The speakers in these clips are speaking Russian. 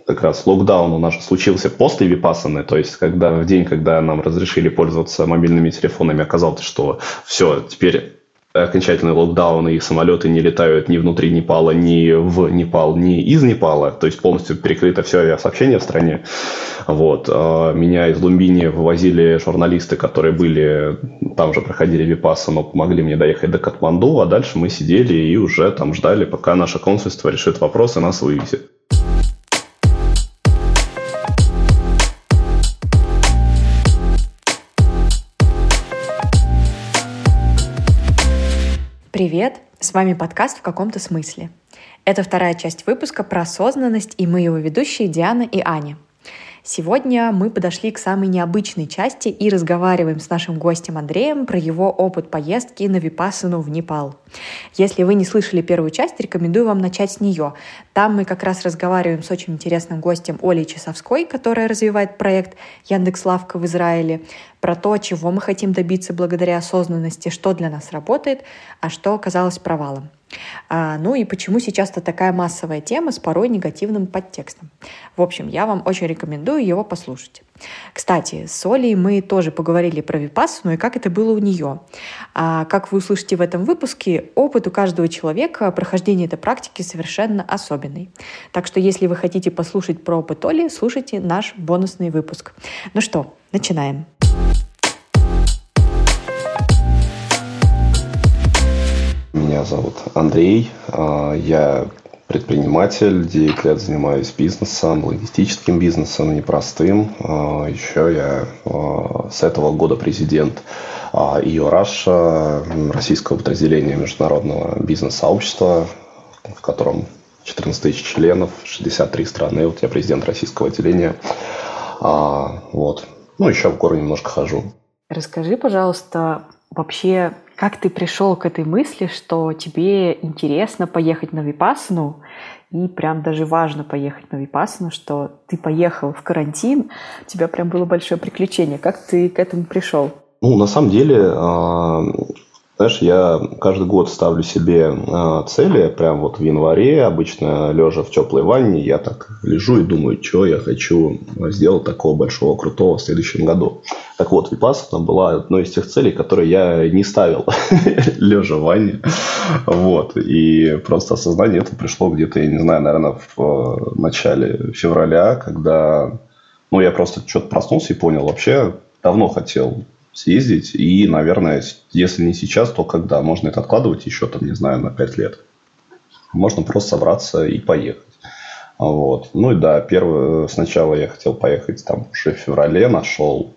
как раз локдаун у нас же случился после Випассаны, то есть в день, когда нам разрешили пользоваться мобильными телефонами, оказалось, что все, теперь окончательный локдаун, и самолеты не летают ни внутри Непала, ни в Непал, ни из Непала, то есть полностью перекрыто все авиасообщение в стране. Вот. Меня из Лумбини вывозили журналисты, которые были, там же проходили Випассану, помогли мне доехать до Катманду, а дальше мы сидели и уже там ждали, пока наше консульство решит вопрос и нас вывезет. Привет! С вами подкаст «В каком-то смысле». Это вторая часть выпуска про осознанность, и мы его ведущие Диана и Аня. Сегодня мы подошли к самой необычной части и разговариваем с нашим гостем Андреем про его опыт поездки на Випассану в Непал. Если вы не слышали первую часть, рекомендую вам начать с нее. Там мы как раз разговариваем с очень интересным гостем Олей Часовской, которая развивает проект Яндекс.Лавка в Израиле, про то, чего мы хотим добиться благодаря осознанности, что для нас работает, а что оказалось провалом. Ну и почему сейчас это такая массовая тема с порой негативным подтекстом. В общем, я вам очень рекомендую его послушать. Кстати, с Олей мы тоже поговорили про Випассану и как это было у нее. Как вы услышите в этом выпуске, опыт у каждого человека прохождения этой практики совершенно особенный. Так что, если вы хотите послушать про опыт Оли, слушайте наш бонусный выпуск. Ну что, начинаем. Меня зовут Андрей, я предприниматель, 9 лет занимаюсь бизнесом, логистическим бизнесом, непростым. Еще я с этого года президент IO Russia, российского подразделения международного бизнес-сообщества, в котором 14 тысяч членов, 63 страны. Вот я президент российского отделения. Вот. Ну, еще в горы немножко хожу. Расскажи, пожалуйста, вообще, как ты пришел к этой мысли, что тебе интересно поехать на Випассану, и прям даже важно поехать на Випассану, что ты поехал в карантин, у тебя прям было большое приключение. Как ты к этому пришел? Ну, на самом деле, знаешь, я каждый год ставлю себе цели, прям вот в январе, обычно лежа в теплой ванне, я так лежу и думаю, что я хочу сделать такого большого, крутого в следующем году. Так вот, Випассана была одной из тех целей, которые я не ставил, лежа в ванне. Вот. И просто осознание это пришло где-то, я не знаю, наверное, в начале февраля, когда я просто что-то проснулся и понял, вообще давно хотел съездить. И, наверное, если не сейчас, то когда? Можно это откладывать еще, там, не знаю, на 5 лет. Можно просто собраться и поехать. Вот. Ну и да, сначала я хотел поехать там уже в феврале, нашел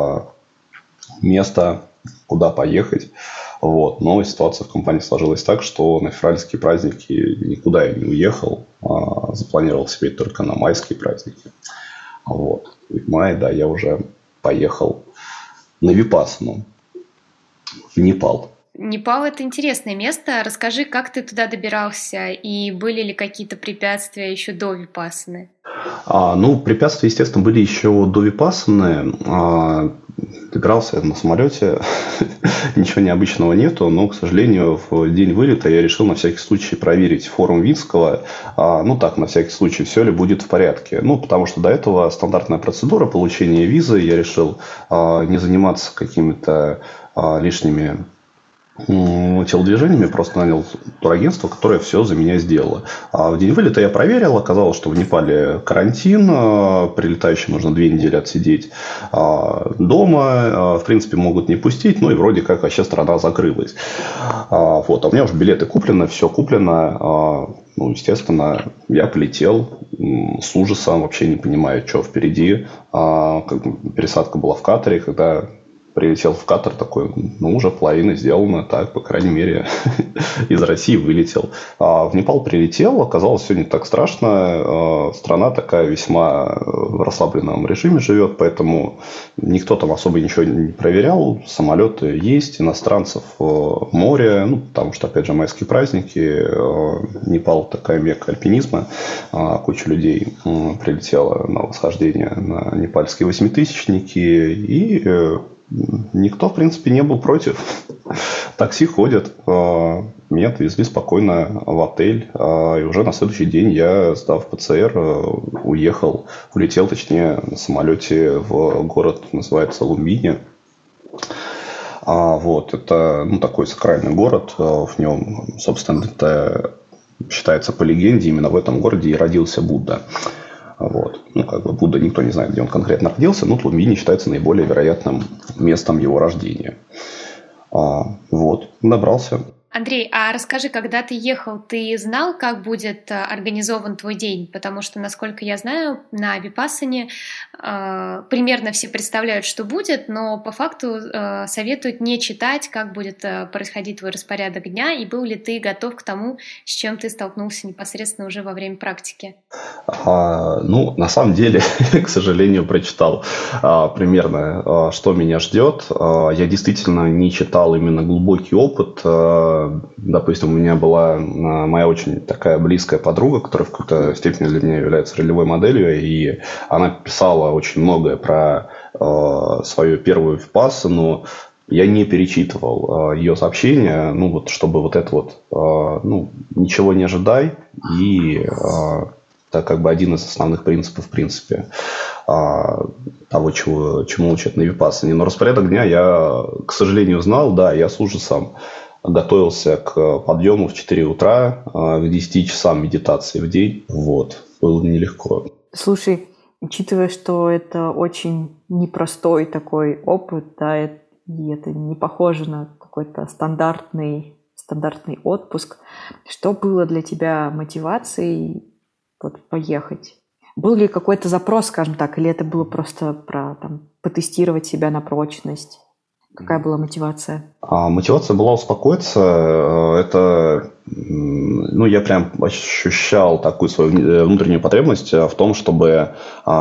место, куда поехать. Вот. Но ситуация в компании сложилась так, что на февральские праздники никуда я не уехал. Запланировал себе только на майские праздники. Вот. И в мае, да, я уже поехал на Випассану в Непал. Непал – это интересное место. Расскажи, как ты туда добирался и были ли какие-то препятствия еще до Випассаны? Препятствия, естественно, были еще до Випассаны. Добирался я на самолете. Ничего необычного нету, но, к сожалению, в день вылета я решил на всякий случай проверить форум Винского. На всякий случай, все ли будет в порядке. Потому что до этого стандартная процедура получения визы. Я решил не заниматься какими-то лишними телодвижениями, просто нанял турагентство, которое все за меня сделало. В день вылета я проверил, оказалось, что в Непале карантин, прилетающим нужно 2 недели отсидеть дома, в принципе, могут не пустить, и вроде как вообще страна закрылась. А у меня уже билеты куплены, все куплено, естественно, я полетел с ужасом, вообще не понимаю, что впереди. Пересадка была в Катаре, когда прилетел в Катар, такой, уже половина сделана, так, по крайней мере, из России вылетел. В Непал прилетел, оказалось, все не так страшно. Страна такая весьма в расслабленном режиме живет, поэтому никто там особо ничего не проверял. Самолеты есть, иностранцев море, потому что, опять же, майские праздники. Непал такая мекка альпинизма. Куча людей прилетела на восхождение на непальские 8000-ники, и никто, в принципе, не был против. Такси ходят. меня отвезли спокойно в отель. И уже на следующий день я, сдав ПЦР, улетел, точнее, на самолете в город, называется Лумбини. Это такой сакральный город. В нем, собственно, это считается по легенде, именно в этом городе и родился Будда. Будда никто не знает, где он конкретно родился, но Лумбини считается наиболее вероятным местом его рождения. Добрался. Андрей, а расскажи, когда ты ехал, ты знал, как будет организован твой день? Потому что, насколько я знаю, на Випассане примерно все представляют, что будет, но по факту советуют не читать, как будет происходить твой распорядок дня, и был ли ты готов к тому, с чем ты столкнулся непосредственно уже во время практики? На самом деле, к сожалению, прочитал примерно, что меня ждет. Я действительно не читал именно глубокий опыт. Допустим, у меня была моя очень такая близкая подруга, которая в какой-то степени для меня является ролевой моделью, и она писала очень многое про свою первую випассану. Я не перечитывал ее сообщения, чтобы ничего не ожидай, и это как бы один из основных принципов, в принципе, того, чему учат на випассане. Но распорядок дня я, к сожалению, знал, да, я с ужасом готовился к подъему в 4 утра, к 10 часам медитации в день. Было нелегко. Слушай, учитывая, что это очень непростой такой опыт, да, и это не похоже на какой-то стандартный отпуск, что было для тебя мотивацией поехать? Был ли какой-то запрос, скажем так, или это было просто про потестировать себя на прочность? Какая была мотивация? Мотивация была успокоиться. Я прям ощущал такую свою внутреннюю потребность в том, чтобы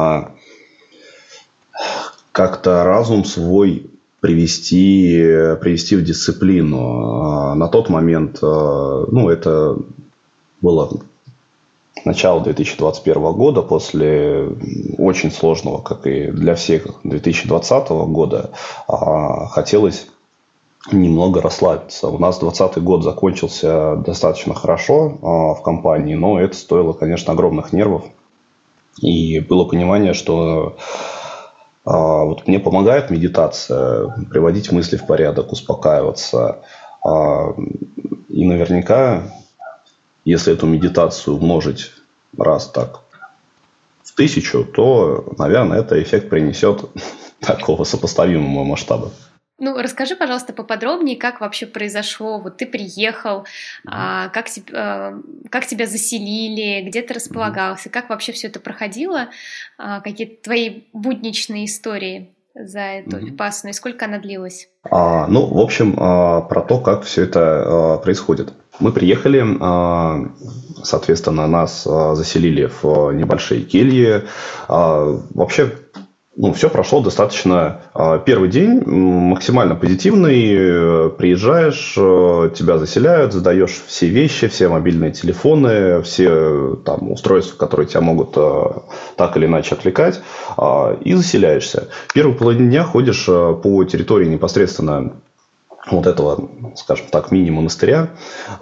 как-то разум свой привести в дисциплину. На тот момент, это было начало 2021 года, после очень сложного, как и для всех, 2020 года, хотелось немного расслабиться. У нас 2020 год закончился достаточно хорошо в компании, но это стоило, конечно, огромных нервов. И было понимание, что мне помогает медитация, приводить мысли в порядок, успокаиваться. И наверняка, если эту медитацию умножить раз так в 1000, то, наверное, это эффект принесет такого сопоставимого масштаба. Расскажи, пожалуйста, поподробнее, как вообще произошло. Ты приехал, как тебя заселили, где ты располагался, как вообще все это проходило, какие-то твои будничные истории за эту випассану и сколько она длилась? Про то, как все это происходит. Мы приехали, соответственно, нас заселили в небольшие кельи. Вообще, все прошло достаточно. Первый день максимально позитивный. Приезжаешь, тебя заселяют, задаешь все вещи, все мобильные телефоны, все устройства, которые тебя могут так или иначе отвлекать, и заселяешься. Первую половину дня ходишь по территории непосредственно этого, скажем так, мини-монастыря,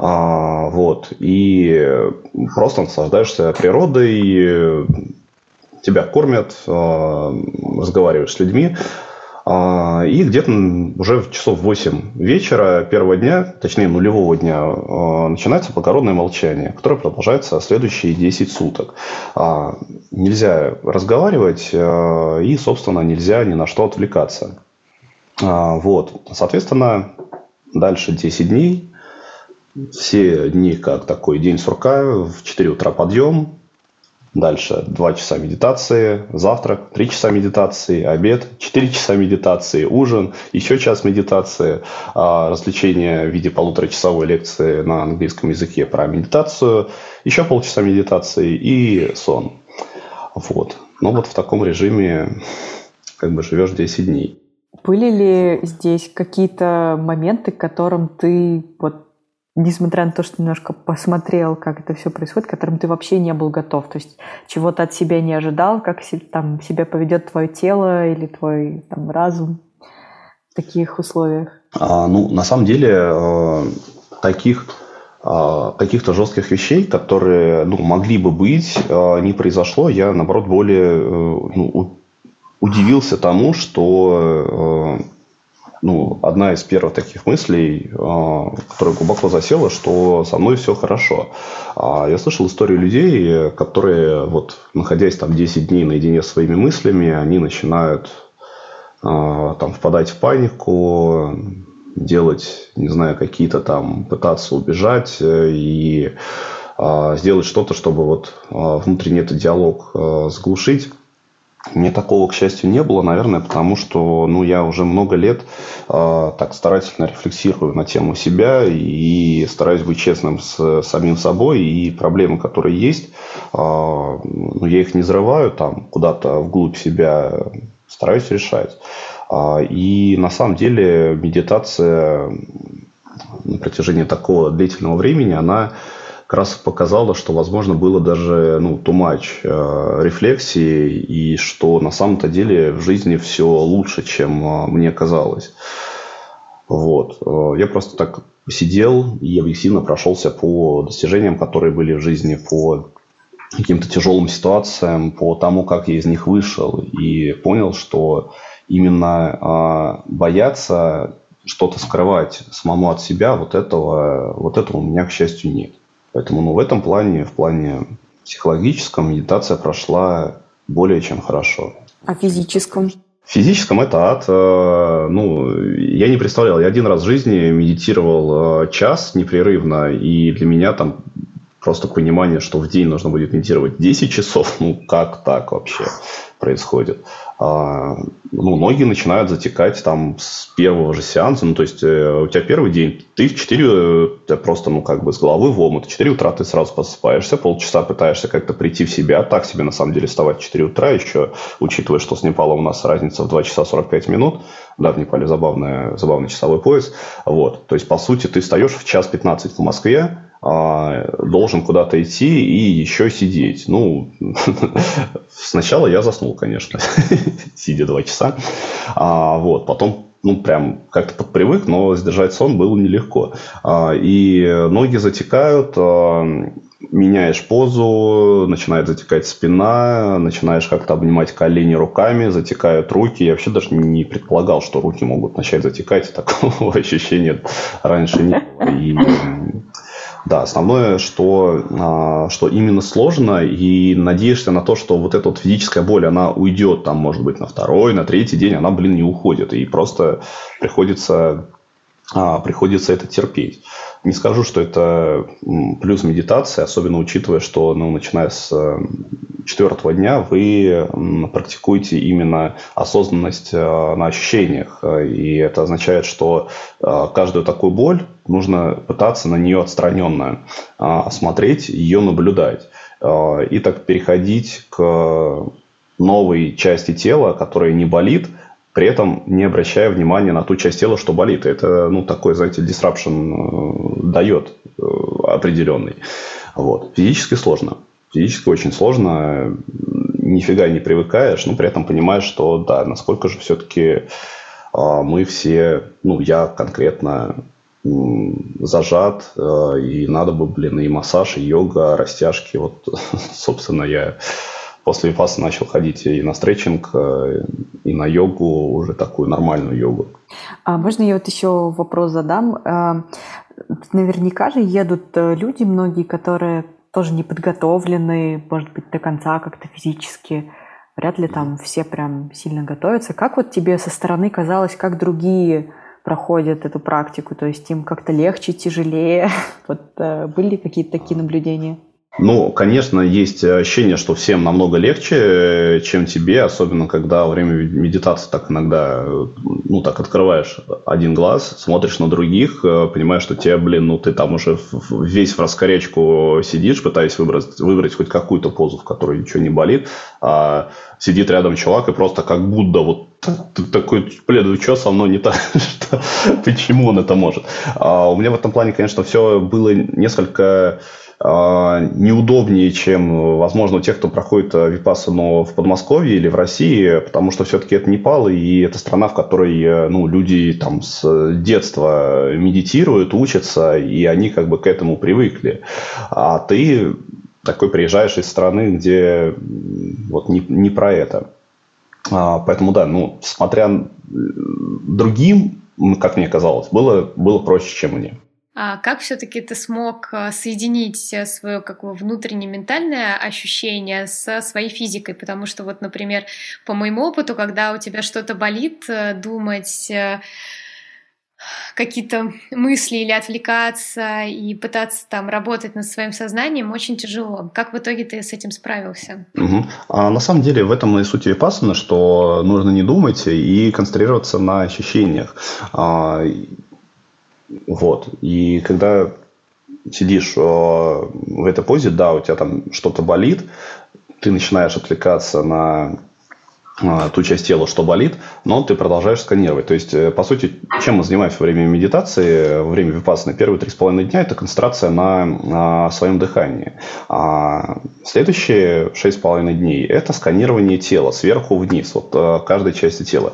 и просто наслаждаешься природой, тебя кормят, разговариваешь с людьми, и где-то уже в часов 8 вечера первого дня, точнее нулевого дня, начинается благородное молчание, которое продолжается следующие 10 суток. Нельзя разговаривать и, собственно, нельзя ни на что отвлекаться. Соответственно, дальше 10 дней, все дни как такой день сурка, в 4 утра подъем, дальше 2 часа медитации, завтрак, 3 часа медитации, обед, 4 часа медитации, ужин, еще час медитации, развлечения в виде 1,5-часовой лекции на английском языке про медитацию, еще полчаса медитации и сон. В таком режиме живешь 10 дней. Были ли здесь какие-то моменты, к которым ты, несмотря на то, что немножко посмотрел, как это все происходит, к которым ты вообще не был готов? То есть чего-то от себя не ожидал, как себя поведет твое тело или твой разум в таких условиях? На самом деле, таких каких-то жестких вещей, которые могли бы быть, не произошло. Я, наоборот, более удивился тому, что одна из первых таких мыслей, которая глубоко засела, что со мной все хорошо. Я слышал историю людей, которые, находясь там 10 дней наедине с своими мыслями, они начинают впадать в панику, делать, не знаю, какие-то там, пытаться убежать и сделать что-то, чтобы внутренний этот диалог заглушить. Мне такого, к счастью, не было, наверное, потому что я уже много лет так старательно рефлексирую на тему себя и стараюсь быть честным с самим собой. И проблемы, которые есть, я их не зарываю там куда-то вглубь себя, стараюсь решать. И на самом деле медитация на протяжении такого длительного времени, она как раз показала, что, возможно, было даже too much рефлексии, и что на самом-то деле в жизни все лучше, чем мне казалось. Я просто так посидел и объективно прошелся по достижениям, которые были в жизни, по каким-то тяжелым ситуациям, по тому, как я из них вышел, и понял, что именно бояться что-то скрывать самому от себя, этого у меня, к счастью, нет. Поэтому в этом плане, в плане психологическом, медитация прошла более чем хорошо. А в физическом? В физическом это ад. Я не представлял. Я один раз в жизни медитировал час непрерывно, и для меня там просто понимание, что в день нужно будет медитировать 10 часов. Как так вообще происходит? Ноги начинают затекать там с первого же сеанса. То есть, у тебя первый день, ты в 4, просто, с головы в омут. В 4 утра ты сразу просыпаешься, полчаса пытаешься как-то прийти в себя. Так себе, на самом деле, вставать в 4 утра еще, учитывая, что с Непалом у нас разница в 2 часа 45 минут. Да, в Непале забавный часовой пояс. То есть, по сути, ты встаешь в час 15 в Москве, должен куда-то идти и еще сидеть. Сначала я заснул, конечно, сидя 2 часа. Потом, прям как-то подпривык, но сдержать сон было нелегко. И ноги затекают, меняешь позу, начинает затекать спина, начинаешь как-то обнимать колени руками, затекают руки. Я вообще даже не предполагал, что руки могут начать затекать. Такого ощущения раньше не было. И да, основное, что именно сложно, и надеешься на то, что эта физическая боль, она уйдет, там, может быть, на 2-й, на 3-й день, она, не уходит. И просто приходится это терпеть. Не скажу, что это плюс медитации, особенно учитывая, что, начиная с 4-го дня вы практикуете именно осознанность на ощущениях. И это означает, что каждую такую боль нужно пытаться на нее отстраненно смотреть, ее наблюдать. И так переходить к новой части тела, которая не болит, при этом не обращая внимания на ту часть тела, что болит. Это, такой, знаете, disruption дает определенный. Физически сложно. Физически очень сложно. Нифига не привыкаешь, но при этом понимаешь, что, да, насколько же все-таки мы все, я конкретно зажат, и надо бы, и массаж, и йога, растяжки. Собственно, я после випассаны начал ходить и на стретчинг, и на йогу, уже такую нормальную йогу. А можно я еще вопрос задам? Наверняка же едут люди многие, которые тоже не подготовлены, может быть, до конца как-то физически. Вряд ли там все прям сильно готовятся. Как тебе со стороны казалось, как другие проходят эту практику? То есть им как-то легче, тяжелее? Были какие-то такие наблюдения? Конечно, есть ощущение, что всем намного легче, чем тебе, особенно когда во время медитации так иногда, так открываешь один глаз, смотришь на других, понимаешь, что тебе, ты там уже весь в раскорячку сидишь, пытаясь выбрать хоть какую-то позу, в которой ничего не болит, а сидит рядом чувак и просто как Будда, ты такой, что со мной не так? Почему он это может? У меня в этом плане, конечно, все было несколько неудобнее, чем, возможно, у тех, кто проходит випассану в Подмосковье или в России, потому что все-таки это Непал, и это страна, в которой люди там с детства медитируют, учатся, и они как бы к этому привыкли. А ты такой приезжаешь из страны, где вот не про это. Поэтому, да, смотря другим, как мне казалось, было проще, чем мне. А как все-таки ты смог соединить свое внутреннее ментальное ощущение со своей физикой? Потому что вот, например, по моему опыту, когда у тебя что-то болит, думать какие-то мысли или отвлекаться и пытаться там работать над своим сознанием очень тяжело. Как в итоге ты с этим справился? На самом деле в этом и суть випассаны, что нужно не думать и концентрироваться на ощущениях. Вот. И когда сидишь в этой позе, да, у тебя там что-то болит, ты начинаешь отвлекаться на ту часть тела, что болит, но ты продолжаешь сканировать. То есть, по сути, чем мы занимаемся во время медитации, во время випассаны? Первые 3,5 дня – это концентрация на своем дыхании. А следующие 6,5 дней – это сканирование тела сверху вниз, вот каждой части тела.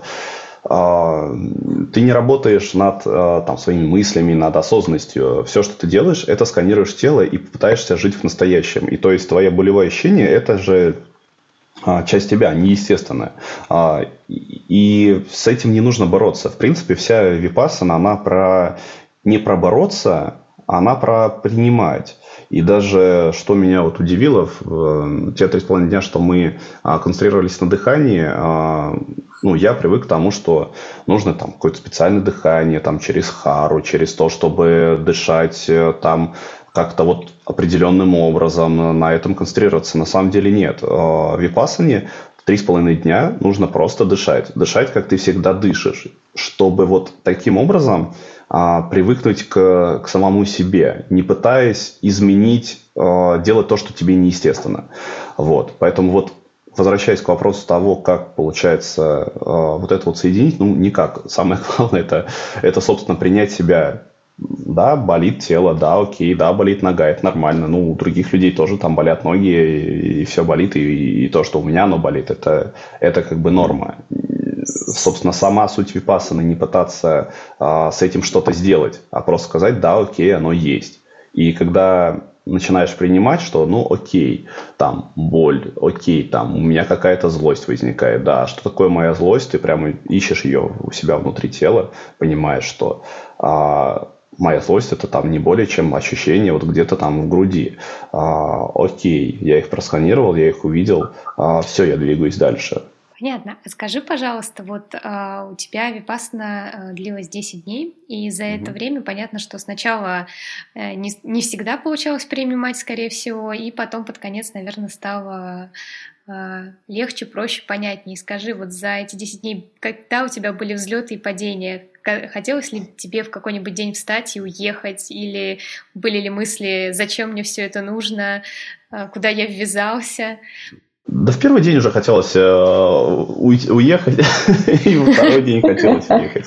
Ты не работаешь над своими мыслями, над осознанностью. Все, что ты делаешь, это сканируешь тело и пытаешься жить в настоящем. И то есть, твои болевые ощущения – это же часть тебя, неестественная. И с этим не нужно бороться. В принципе, вся випассана, она не про бороться, она про принимать. И даже, что меня вот удивило, в те 3,5 дня, что мы концентрировались на дыхании, я привык к тому, что нужно там какое-то специальное дыхание, там, через хару, через то, чтобы дышать там как-то вот определенным образом на этом концентрироваться. На самом деле нет. В випассане 3,5 дня нужно просто дышать. Дышать, как ты всегда дышишь. Чтобы вот таким образом привыкнуть к самому себе, не пытаясь изменить, делать то, что тебе неестественно. Вот. Поэтому вот, возвращаясь к вопросу того, как получается вот это вот соединить, никак. Самое главное это, собственно, принять себя. Да, болит тело, да, окей, да, болит нога, это нормально. У других людей тоже там болят ноги, и все болит, и то, что у меня оно болит, это как бы норма. Собственно, сама суть випассаны не пытаться с этим что-то сделать, а просто сказать, да, окей, оно есть. И когда начинаешь принимать, что, окей, там боль, окей, там у меня какая-то злость возникает, да, что такое моя злость, ты прямо ищешь ее у себя внутри тела, понимаешь, что моя злость это там не более чем ощущение вот где-то там в груди. Окей, я их просканировал, я их увидел, все, я двигаюсь дальше. Понятно. Скажи, пожалуйста, вот у тебя випассана длилась 10 дней, и за это время понятно, что сначала не всегда получалось принимать, скорее всего, и потом под конец, наверное, стало легче, проще, понятнее. Скажи, вот за эти 10 дней, когда у тебя были взлеты и падения? Хотелось ли тебе в какой-нибудь день встать и уехать? Или были ли мысли, зачем мне все это нужно, куда я ввязался? Да в первый день уже хотелось уехать, и во второй день хотелось уехать.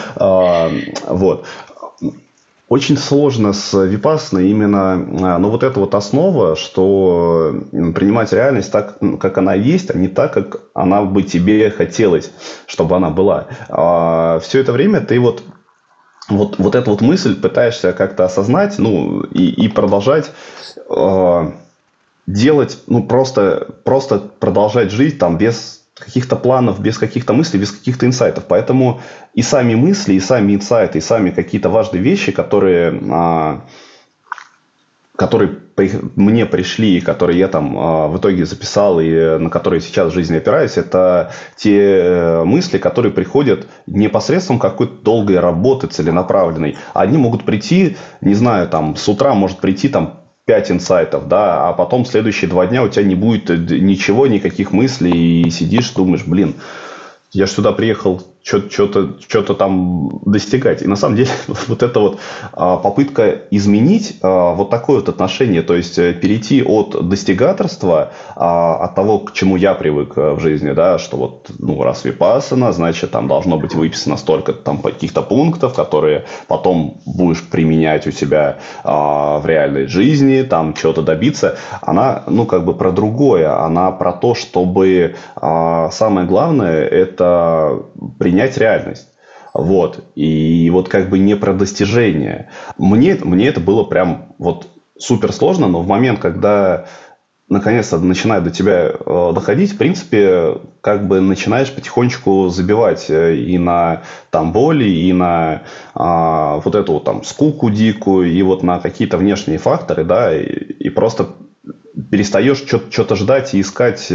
Вот. Очень сложно с випассаной именно, вот эта вот основа, что принимать реальность так, как она есть, а не так, как она бы тебе хотелось, чтобы она была. Все это время ты вот эту вот мысль пытаешься как-то осознать, и продолжать делать, просто продолжать жить там без каких-то планов, без каких-то мыслей, без каких-то инсайтов. Поэтому и сами мысли, и сами инсайты, и сами какие-то важные вещи, которые мне пришли, и которые я там в итоге записал, и на которые сейчас в жизни опираюсь, это те мысли, которые приходят непосредством какой-то долгой работы целенаправленной. Они могут прийти, не знаю, там с утра может прийти там 5 инсайтов, да, а потом следующие 2 дня у тебя не будет ничего, никаких мыслей, и сидишь, думаешь, я же сюда приехал что-то там достигать. И на самом деле вот эта вот попытка изменить вот такое вот отношение, то есть перейти от достигаторства, от того, к чему я привык в жизни, да, что вот, раз випассана, значит, там должно быть выписано столько там каких-то пунктов, которые потом будешь применять у себя в реальной жизни, там чего-то добиться. Она, про другое. Она про то, чтобы самое главное, это принять реальность. Вот. И вот не про достижение. Мне это было прям вот супер сложно, но в момент, когда наконец-то начинает до тебя доходить, в принципе, начинаешь потихонечку забивать и на боли, и на вот эту вот скуку дикую, и вот на какие-то внешние факторы, да, и просто перестаешь что-то ждать и искать.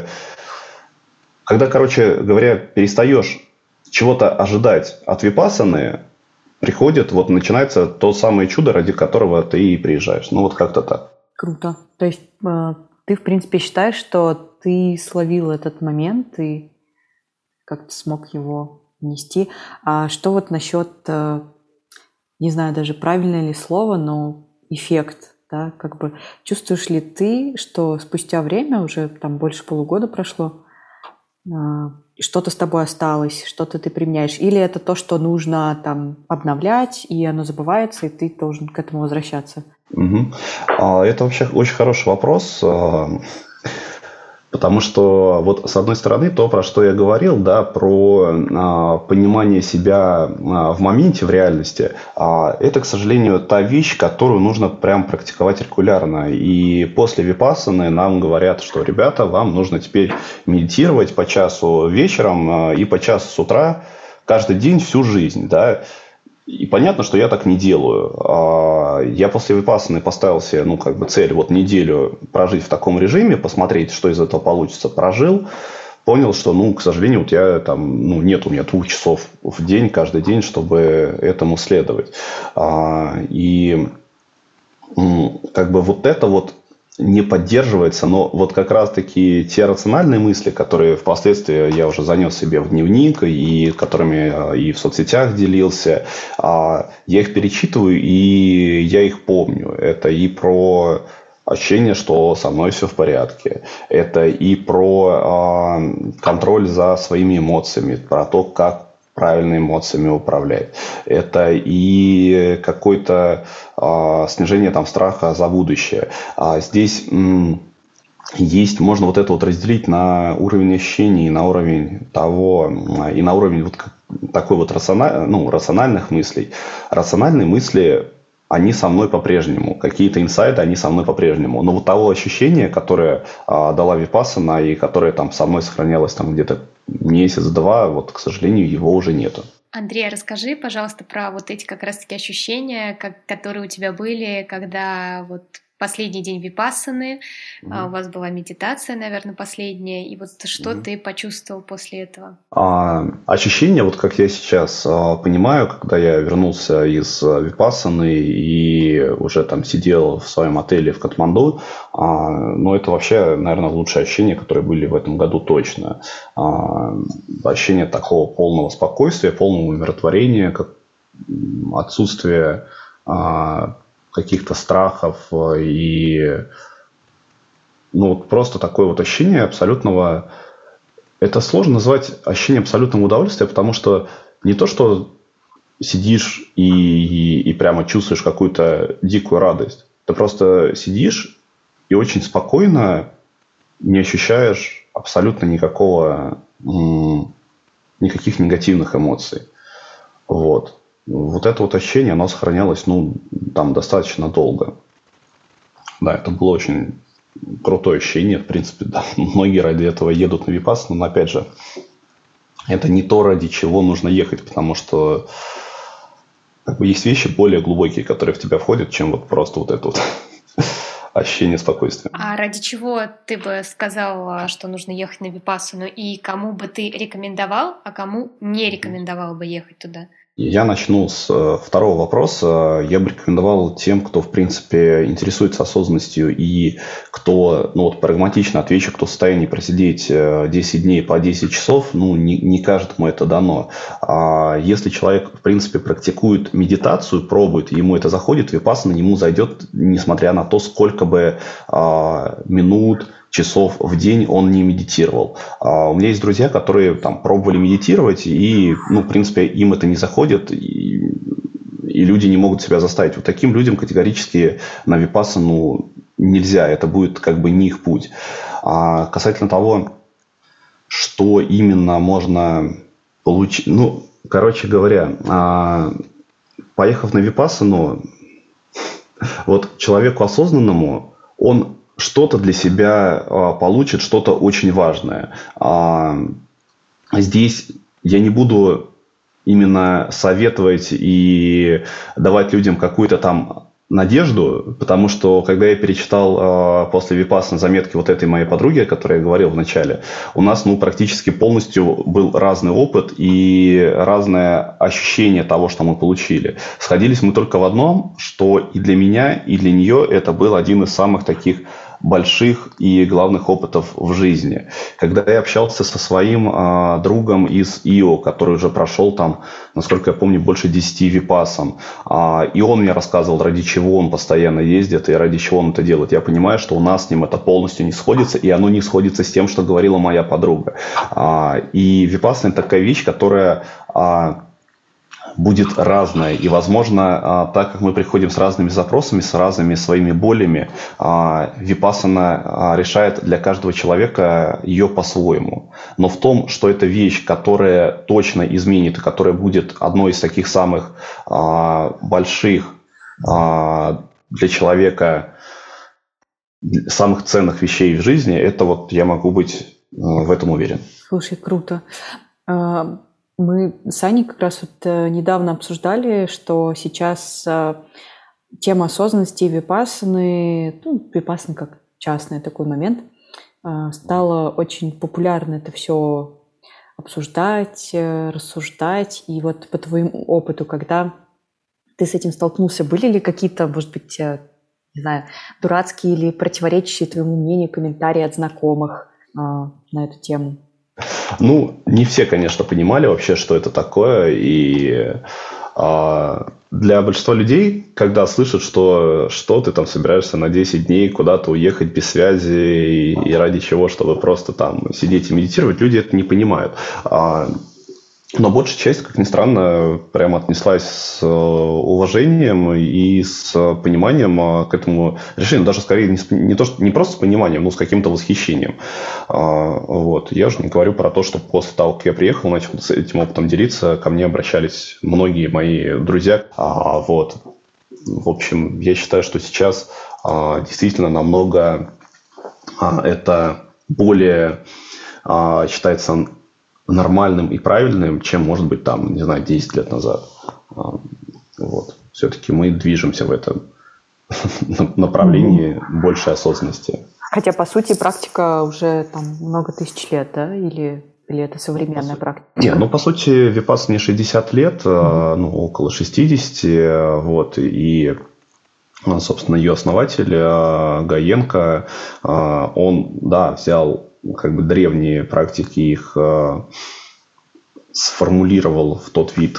Когда, короче говоря, перестаешь чего-то ожидать от випассаны, начинается то самое чудо, ради которого ты и приезжаешь. Вот как-то так. Круто. То есть ты, в принципе, считаешь, что ты словил этот момент и как-то смог его нести. А что вот насчет, не знаю даже правильное ли слово, но эффект, да, чувствуешь ли ты, что спустя время, уже там больше полугода прошло, что-то с тобой осталось, что-то ты применяешь? Или это то, что нужно обновлять, и оно забывается, и ты должен к этому возвращаться? Угу. Это вообще очень хороший вопрос, потому что с одной стороны, то, про что я говорил, да, про понимание себя в моменте, в реальности, это, к сожалению, та вещь, которую нужно прям практиковать регулярно. И после випассаны нам говорят, что, ребята, вам нужно теперь медитировать по часу вечером и по часу с утра каждый день всю жизнь, да. И понятно, что я так не делаю. Я после випассаны поставил себе, цель неделю прожить в таком режиме, посмотреть, что из этого получится. Прожил, понял, что, к сожалению, нет у меня 2 часов в день, каждый день, чтобы этому следовать. И это не поддерживается, но как раз-таки те рациональные мысли, которые впоследствии я уже занес себе в дневник и которыми и в соцсетях делился, я их перечитываю и я их помню. Это и про ощущение, что со мной все в порядке. Это и про контроль за своими эмоциями, про то, как правильно эмоциями управлять. Это и какое-то снижение страха за будущее. Здесь есть, можно это разделить на уровень ощущений, на уровень того, и на уровень такой рациональных мыслей. Рациональные мысли, они со мной по-прежнему. Какие-то инсайды, они со мной по-прежнему. Но того ощущения, которое дала випассана и которое со мной сохранялось где-то месяц-два, к сожалению, его уже нету. Андрей, расскажи, пожалуйста, про эти как раз-таки ощущения, которые у тебя были, когда последний день випассаны, у вас была медитация, наверное, последняя, и что ты почувствовал после этого? Ощущения, как я сейчас понимаю, когда я вернулся из випассаны и уже сидел в своем отеле в Катманду, это вообще, наверное, лучшие ощущения, которые были в этом году точно. Ощущение такого полного спокойствия, полного умиротворения, отсутствие каких-то страхов и просто такое ощущение абсолютного... Это сложно назвать ощущением абсолютного удовольствия, потому что не то, что сидишь и прямо чувствуешь какую-то дикую радость. Ты просто сидишь и очень спокойно не ощущаешь абсолютно никаких негативных эмоций. Это ощущение, оно сохранялось, достаточно долго. Да, это было очень крутое ощущение, в принципе, да. Многие ради этого едут на випассану, но, опять же, это не то, ради чего нужно ехать, потому что есть вещи более глубокие, которые в тебя входят, чем просто это ощущение спокойствия. А ради чего ты бы сказал, что нужно ехать на випассану, и кому бы ты рекомендовал, а кому не рекомендовал бы ехать туда? Я начну с второго вопроса. Я бы рекомендовал тем, кто, в принципе, интересуется осознанностью и кто, прагматично отвечу, кто в состоянии просидеть 10 дней по 10 часов, не каждому это дано. А если человек, в принципе, практикует медитацию, пробует, ему это заходит, випассана ему зайдет, несмотря на то, сколько бы минут, часов в день он не медитировал. У меня есть друзья, которые пробовали медитировать, и, в принципе, им это не заходит, и люди не могут себя заставить. Вот таким людям категорически на випассану нельзя, это будет не их путь. А касательно того, что именно можно получить, короче говоря, поехав на випассану, вот человеку осознанному, он что-то для себя получит, что-то очень важное. Здесь я не буду именно советовать и давать людям какую-то надежду, потому что, когда я перечитал после випассаны заметки вот этой моей подруги, о которой я говорил в начале, у нас практически полностью был разный опыт и разное ощущение того, что мы получили. Сходились мы только в одном, что и для меня, и для нее это был один из самых таких больших и главных опытов в жизни. Когда я общался со своим другом из ИО, который уже прошел насколько я помню, больше 10 випассан, и он мне рассказывал, ради чего он постоянно ездит и ради чего он это делает, я понимаю, что у нас с ним это полностью не сходится, и оно не сходится с тем, что говорила моя подруга. И випассана – это такая вещь, которая будет разное. И, возможно, так как мы приходим с разными запросами, с разными своими болями, випассана решает для каждого человека ее по-своему. Но в том, что это вещь, которая точно изменит, и которая будет одной из таких самых больших для человека, самых ценных вещей в жизни, это я могу быть в этом уверен. Слушай, круто. Мы с Аней как раз недавно обсуждали, что сейчас тема осознанности и випассаны, випассана как частный такой момент, стало очень популярно это все обсуждать, рассуждать. И вот по твоему опыту, когда ты с этим столкнулся, были ли какие-то, может быть, не знаю, дурацкие или противоречащие твоему мнению комментарии от знакомых на эту тему? Не все, конечно, понимали вообще, что это такое. И для большинства людей, когда слышат, что ты собираешься на 10 дней куда-то уехать без связи и ради чего, чтобы просто сидеть и медитировать, люди это не понимают. Но большая часть, как ни странно, прямо отнеслась с уважением и с пониманием к этому решению. Даже скорее не просто с пониманием, но с каким-то восхищением. Я уже не говорю про то, что после того, как я приехал, начал с этим опытом делиться, ко мне обращались многие мои друзья. В общем, я считаю, что сейчас действительно намного это более считается нормальным и правильным, чем, может быть, 10 лет назад. Все-таки мы движемся в этом направлении большей осознанности. Хотя, по сути, практика уже много тысяч лет, да? Или это современная практика? Нет, по сути, випассане 60 лет, около 60, и собственно, ее основатель Гаенко, он, взял древние практики, их сформулировал в тот вид,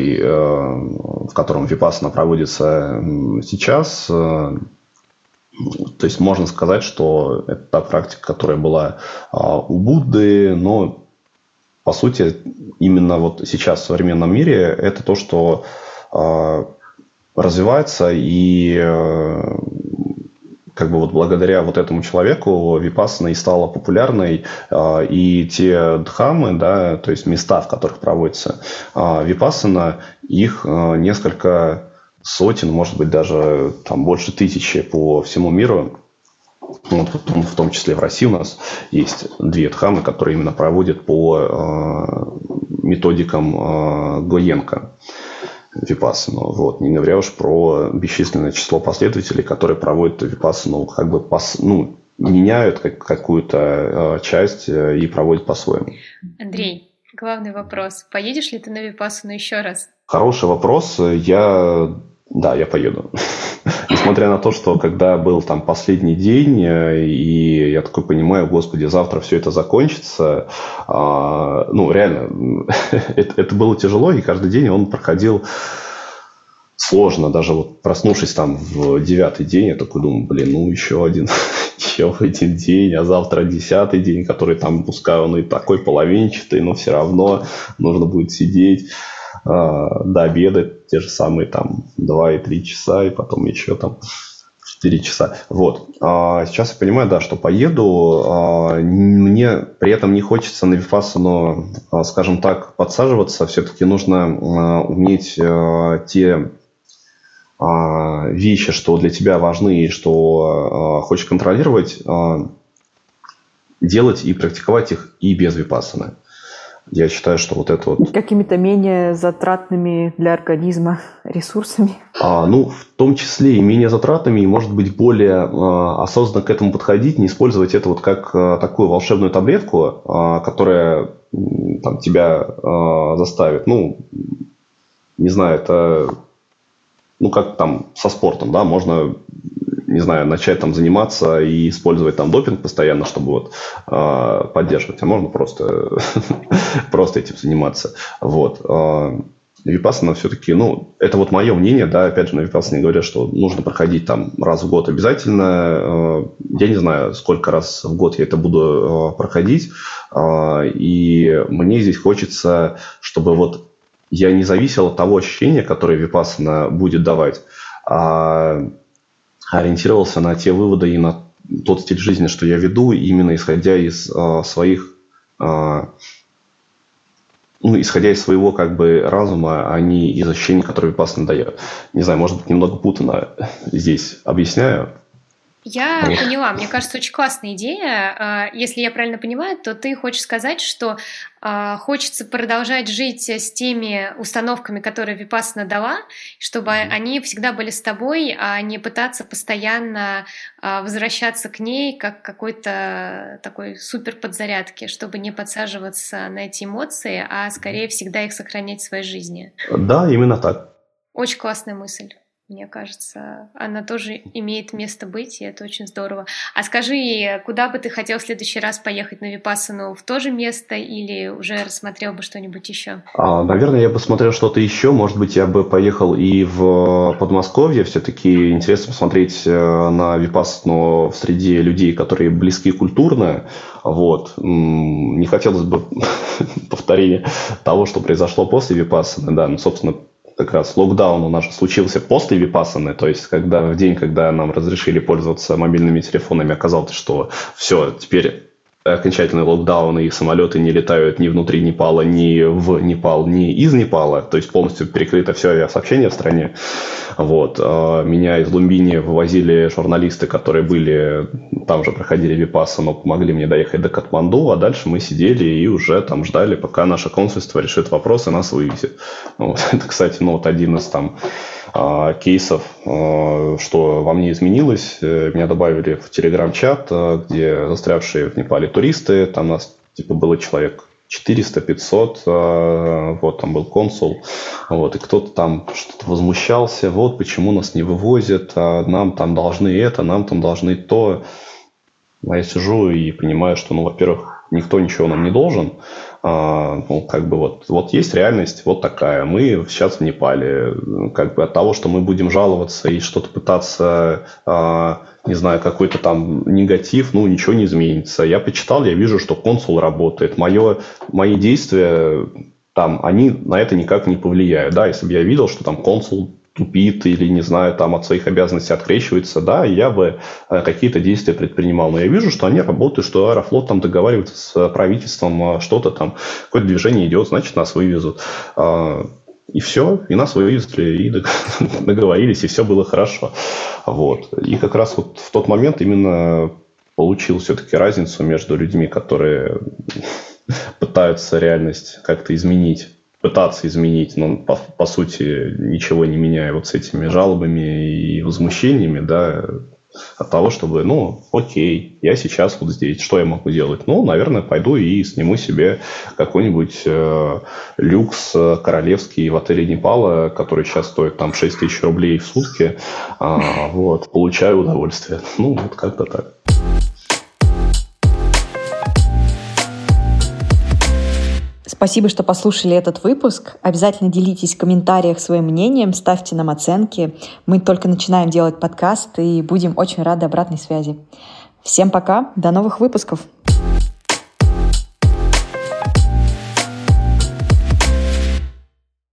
в котором випассана проводится сейчас. То есть можно сказать, что это та практика, которая была у Будды, но по сути именно сейчас в современном мире это то, что развивается, и благодаря этому человеку випассана и стала популярной, и те дхаммы, то есть места, в которых проводится випассана, их несколько сотен, может быть, даже больше тысячи по всему миру. В том числе в России у нас есть 2 дхаммы, которые именно проводят по методикам Гаенко випассану. Не говоря уж про бесчисленное число последователей, которые проводят випассану, меняют какую-то часть и проводят по-своему. Андрей, главный вопрос. Поедешь ли ты на Випассану еще раз? Хороший вопрос. Да, я поеду. Несмотря на то, что когда был там последний день, и я такой понимаю, господи, завтра все это закончится, реально, это было тяжело, и каждый день он проходил сложно. Даже вот проснувшись там в 9-й день, я такой думаю, еще один день, а завтра 10-й день, который там, пускай он и такой половинчатый, но все равно нужно будет сидеть до обеда, те же самые там 2 и 3 часа, и потом еще там 4 часа. Вот. Сейчас я понимаю, да, что поеду. Мне при этом не хочется на Випассану, скажем так, подсаживаться. Все-таки нужно уметь те вещи, что для тебя важны и что хочешь контролировать, делать и практиковать их и без Випассаны. Я считаю, что вот это вот... Какими-то менее затратными для организма ресурсами? В том числе и менее затратными, и, может быть, более осознанно к этому подходить, не использовать это вот как такую волшебную таблетку, которая там, тебя заставит. Не знаю, это... как там со спортом, да, можно, не знаю, начать там заниматься и использовать там допинг постоянно, чтобы вот поддерживать, а можно просто этим заниматься. Вот. Випассана все-таки, это вот мое мнение, да, опять же, на Випассане говорят, что нужно проходить там раз в год обязательно. Я не знаю, сколько раз в год я это буду проходить, и мне здесь хочется, чтобы вот я не зависел от того ощущения, которое Випассана будет давать, а ориентировался на те выводы и на тот стиль жизни, что я веду, именно исходя из своих, исходя из своего как бы разума, а не из ощущений, которые Випассана дает. Не знаю, может быть, немного путано здесь объясняю. Я поняла. Мне кажется, очень классная идея. Если я правильно понимаю, то ты хочешь сказать, что хочется продолжать жить с теми установками, которые Випассана дала, чтобы они всегда были с тобой, а не пытаться постоянно возвращаться к ней как какой-то такой супер подзарядки, чтобы не подсаживаться на эти эмоции, а скорее всегда их сохранять в своей жизни. Да, именно так. Очень классная мысль. Мне кажется, она тоже имеет место быть, и это очень здорово. А скажи, куда бы ты хотел в следующий раз поехать на Випассану? В то же место или уже рассмотрел бы что-нибудь еще? Наверное, я бы смотрел что-то еще. Может быть, я бы поехал и в Подмосковье. Все-таки интересно посмотреть на Випассану в среде людей, которые близки культурно. Вот. Не хотелось бы повторения того, что произошло после Випассаны. Да, собственно, как раз локдаун у нас случился после Випассаны, то есть в день, когда нам разрешили пользоваться мобильными телефонами, оказалось, что все, теперь окончательный локдаун, и самолеты не летают ни внутри Непала, ни в Непал, ни из Непала, то есть полностью перекрыто все авиасообщение в стране. Вот. Меня из Лумбини вывозили журналисты, которые были, там же проходили Випассану, помогли мне доехать до Катманду, а дальше мы сидели и уже там ждали, пока наше консульство решит вопрос и нас вывезет. Вот. Это, кстати, один из там кейсов, что во мне изменилось. Меня добавили в телеграм-чат, где застрявшие в Непале туристы, там нас было человек 400-500, вот там был консул, вот, и кто-то там что-то возмущался, вот почему нас не вывозят, нам там должны это, нам там должны то. А я сижу и понимаю, что, во-первых, никто ничего нам не должен, вот есть реальность вот такая, мы сейчас в Непале, от того, что мы будем жаловаться и что-то пытаться, не знаю, какой-то там негатив, ничего не изменится. Я почитал, я вижу, что консул работает, мои действия там, они на это никак не повлияют, да, если бы я видел, что там консул тупит или, не знаю, там от своих обязанностей открещивается, да, я бы какие-то действия предпринимал. Но я вижу, что они работают, что Аэрофлот там договаривается с правительством, что-то там, какое-то движение идет, значит, нас вывезут. И все, и нас вывезли, и договорились, и все было хорошо. Вот. И как раз вот в тот момент именно получил все-таки разницу между людьми, которые пытаются реальность как-то пытаться изменить, но по сути ничего не меняя вот с этими жалобами и возмущениями, да, от того, чтобы, окей, я сейчас вот здесь, что я могу делать? Наверное, пойду и сниму себе какой-нибудь люкс королевский в отеле Непала, который сейчас стоит там 6 тысяч рублей в сутки, получаю удовольствие. Вот как-то так. Спасибо, что послушали этот выпуск. Обязательно делитесь в комментариях своим мнением, ставьте нам оценки. Мы только начинаем делать подкаст и будем очень рады обратной связи. Всем пока, до новых выпусков!